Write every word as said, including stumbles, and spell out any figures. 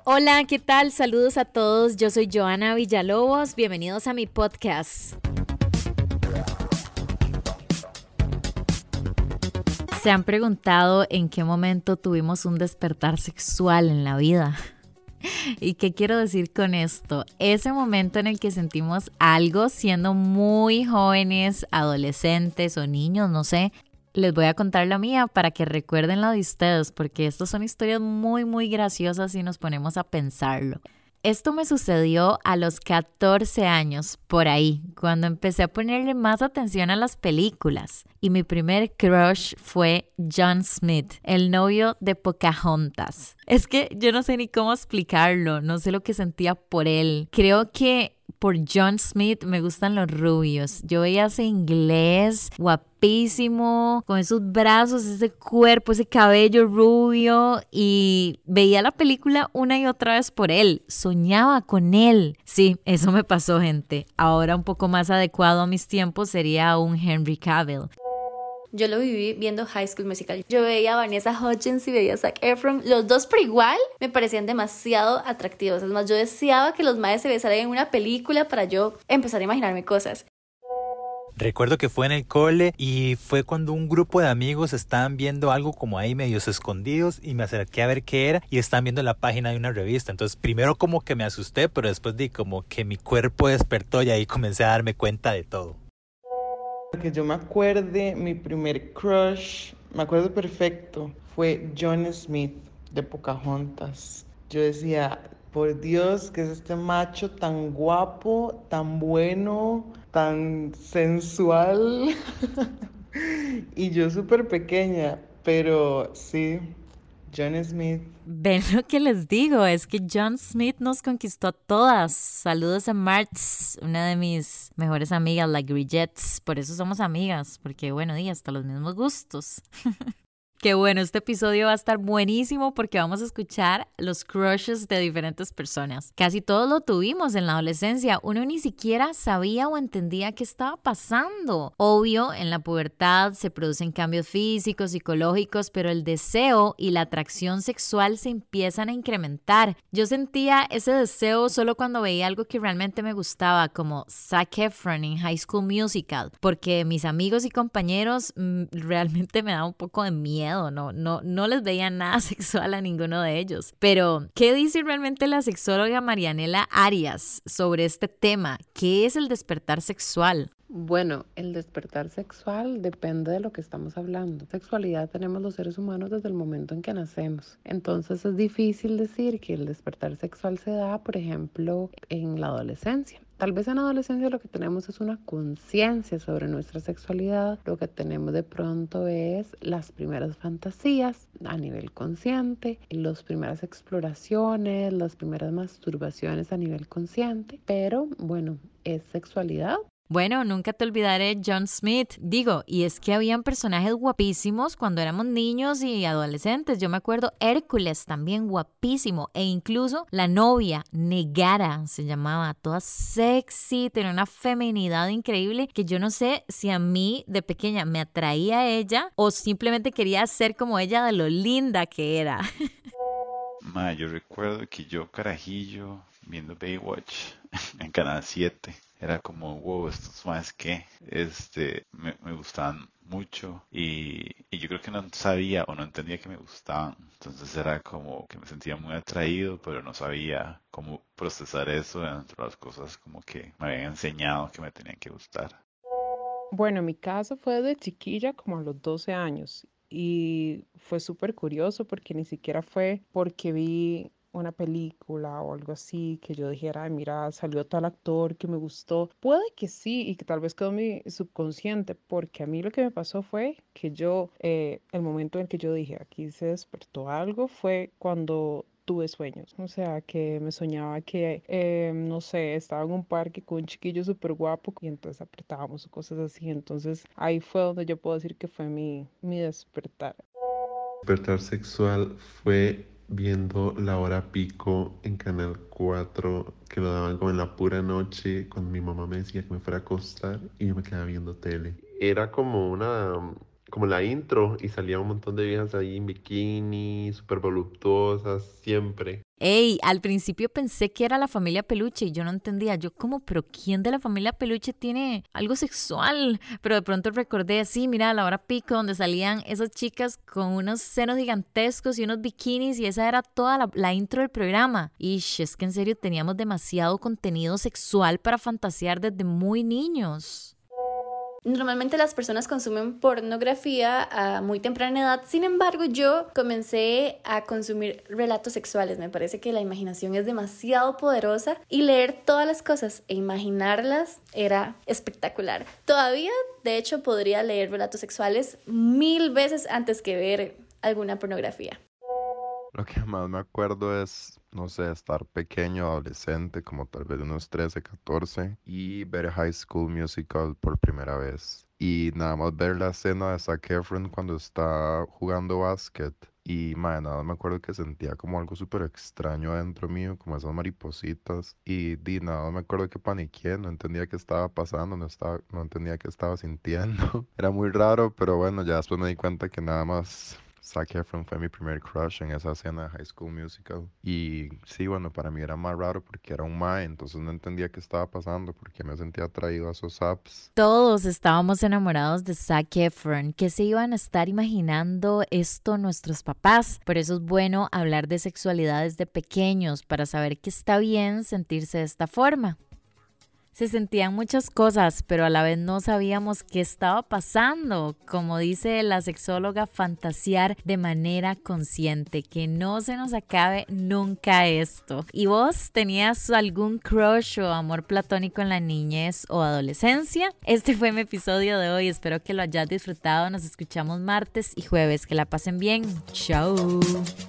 Hola, ¿qué tal? Saludos a todos. Yo soy Joana Villalobos. Bienvenidos a mi podcast. ¿Se han preguntado en qué momento tuvimos un despertar sexual en la vida? ¿Y qué quiero decir con esto? Ese momento en el que sentimos algo siendo muy jóvenes, adolescentes o niños, no sé. Les voy a contar la mía para que recuerden la de ustedes, porque estas son historias muy, muy graciosas si nos ponemos a pensarlo. Esto me sucedió a los catorce años, por ahí, cuando empecé a ponerle más atención a las películas. Y mi primer crush fue John Smith, el novio de Pocahontas. Es que yo no sé ni cómo explicarlo, no sé lo que sentía por él. Creo que por John Smith me gustan los rubios. Yo veía ese inglés guapísimo, con esos brazos, ese cuerpo, ese cabello rubio, y veía la película una y otra vez por él. Soñaba con él. Sí, eso me pasó, gente. Ahora un poco más adecuado a mis tiempos sería un Henry Cavill. Yo lo viví viendo High School Musical. Yo veía a Vanessa Hudgens y veía a Zac Efron. Los dos por igual me parecían demasiado atractivos. Es más, yo deseaba que los maes se besaran en una película para yo empezar a imaginarme cosas. Recuerdo que fue en el cole y fue cuando un grupo de amigos estaban viendo algo como ahí medios escondidos y me acerqué a ver qué era y estaban viendo la página de una revista. Entonces primero como que me asusté, pero después di como que mi cuerpo despertó y ahí comencé a darme cuenta de todo. Que yo me acuerde, mi primer crush, me acuerdo perfecto, fue John Smith de Pocahontas. Yo decía, por Dios, ¿qué es este macho tan guapo, tan bueno, tan sensual? Y yo súper pequeña, pero sí, John Smith. Ven lo que les digo, es que John Smith nos conquistó a todas. Saludos a Martz, una de mis mejores amigas, la Grillettes. Por eso somos amigas, porque bueno, y hasta los mismos gustos. Qué bueno, este episodio va a estar buenísimo porque vamos a escuchar los crushes de diferentes personas. Casi todos lo tuvimos en la adolescencia. Uno ni siquiera sabía o entendía qué estaba pasando. Obvio, en la pubertad se producen cambios físicos, psicológicos, pero el deseo y la atracción sexual se empiezan a incrementar. Yo sentía ese deseo solo cuando veía algo que realmente me gustaba, como Zac Efron en High School Musical, porque mis amigos y compañeros mmm, realmente me daban un poco de miedo. No, no, no les veía nada sexual a ninguno de ellos. Pero, ¿qué dice realmente la sexóloga Marianela Arias sobre este tema? ¿Qué es el despertar sexual? Bueno, el despertar sexual depende de lo que estamos hablando. Sexualidad tenemos los seres humanos desde el momento en que nacemos. Entonces es difícil decir que el despertar sexual se da, por ejemplo, en la adolescencia. Tal vez en la adolescencia lo que tenemos es una conciencia sobre nuestra sexualidad. Lo que tenemos de pronto es las primeras fantasías a nivel consciente, las primeras exploraciones, las primeras masturbaciones a nivel consciente. Pero bueno, es sexualidad. Bueno, nunca te olvidaré John Smith. Digo, y es que habían personajes guapísimos cuando éramos niños y adolescentes. Yo me acuerdo Hércules también guapísimo. E incluso la novia, Negara, se llamaba, toda sexy, tenía una feminidad increíble que yo no sé si a mí de pequeña me atraía a ella o simplemente quería ser como ella de lo linda que era. Ma, yo recuerdo que yo carajillo viendo Baywatch en Canal siete. Era como, wow, estos más que este, me, me gustaban mucho y, y yo creo que no sabía o no entendía que me gustaban. Entonces era como que me sentía muy atraído, pero no sabía cómo procesar eso dentro de las cosas como que me habían enseñado que me tenían que gustar. Bueno, mi caso fue de chiquilla como a los doce años y fue súper curioso porque ni siquiera fue porque vi una película o algo así que yo dijera, "Ay, mira, salió tal actor que me gustó". Puede que sí y que tal vez quedó en mi subconsciente, porque a mí lo que me pasó fue que yo, eh, el momento en el que yo dije, aquí se despertó algo, fue cuando tuve sueños, o sea, que me soñaba que, eh, no sé, estaba en un parque con un chiquillo súper guapo y entonces apretábamos o cosas así. Entonces ahí fue donde yo puedo decir que fue mi, mi despertar. Despertar sexual fue viendo La Hora Pico en Canal cuatro, que lo daban como en la pura noche, cuando mi mamá me decía que me fuera a acostar y yo me quedaba viendo tele. Era como una como la intro y salía un montón de viejas ahí en bikini, súper voluptuosas, siempre. Ey, al principio pensé que era la familia Peluche y yo no entendía. Yo como, pero ¿quién de la familia Peluche tiene algo sexual? Pero de pronto recordé así, mira, la hora pico donde salían esas chicas con unos senos gigantescos y unos bikinis y esa era toda la, la intro del programa. Ish, es que en serio teníamos demasiado contenido sexual para fantasear desde muy niños. Normalmente las personas consumen pornografía a muy temprana edad, sin embargo yo comencé a consumir relatos sexuales. Me parece que la imaginación es demasiado poderosa y leer todas las cosas e imaginarlas era espectacular. Todavía, de hecho, podría leer relatos sexuales mil veces antes que ver alguna pornografía. Lo que más me acuerdo es, no sé, estar pequeño, adolescente, como tal vez unos trece, catorce, y ver High School Musical por primera vez. Y nada más ver la escena de Zac Efron cuando está jugando básquet. Y, madre, nada más me acuerdo que sentía como algo súper extraño adentro mío, como esas maripositas. Y, di, nada más me acuerdo que paniqué, no entendía qué estaba pasando, no, estaba, no entendía qué estaba sintiendo. Era muy raro, pero bueno, ya después me di cuenta que nada más Zac Efron fue mi primer crush en esa escena de High School Musical. Y sí, bueno, para mí era más raro porque era un mae, entonces no entendía qué estaba pasando, porque me sentía atraído a esos apps. Todos estábamos enamorados de Zac Efron. ¿Qué se iban a estar imaginando esto nuestros papás? Por eso es bueno hablar de sexualidad desde pequeños, para saber que está bien sentirse de esta forma. Se sentían muchas cosas, pero a la vez no sabíamos qué estaba pasando. Como dice la sexóloga, fantasear de manera consciente, que no se nos acabe nunca esto. ¿Y vos tenías algún crush o amor platónico en la niñez o adolescencia? Este fue mi episodio de hoy, espero que lo hayas disfrutado. Nos escuchamos martes y jueves, que la pasen bien. Chao.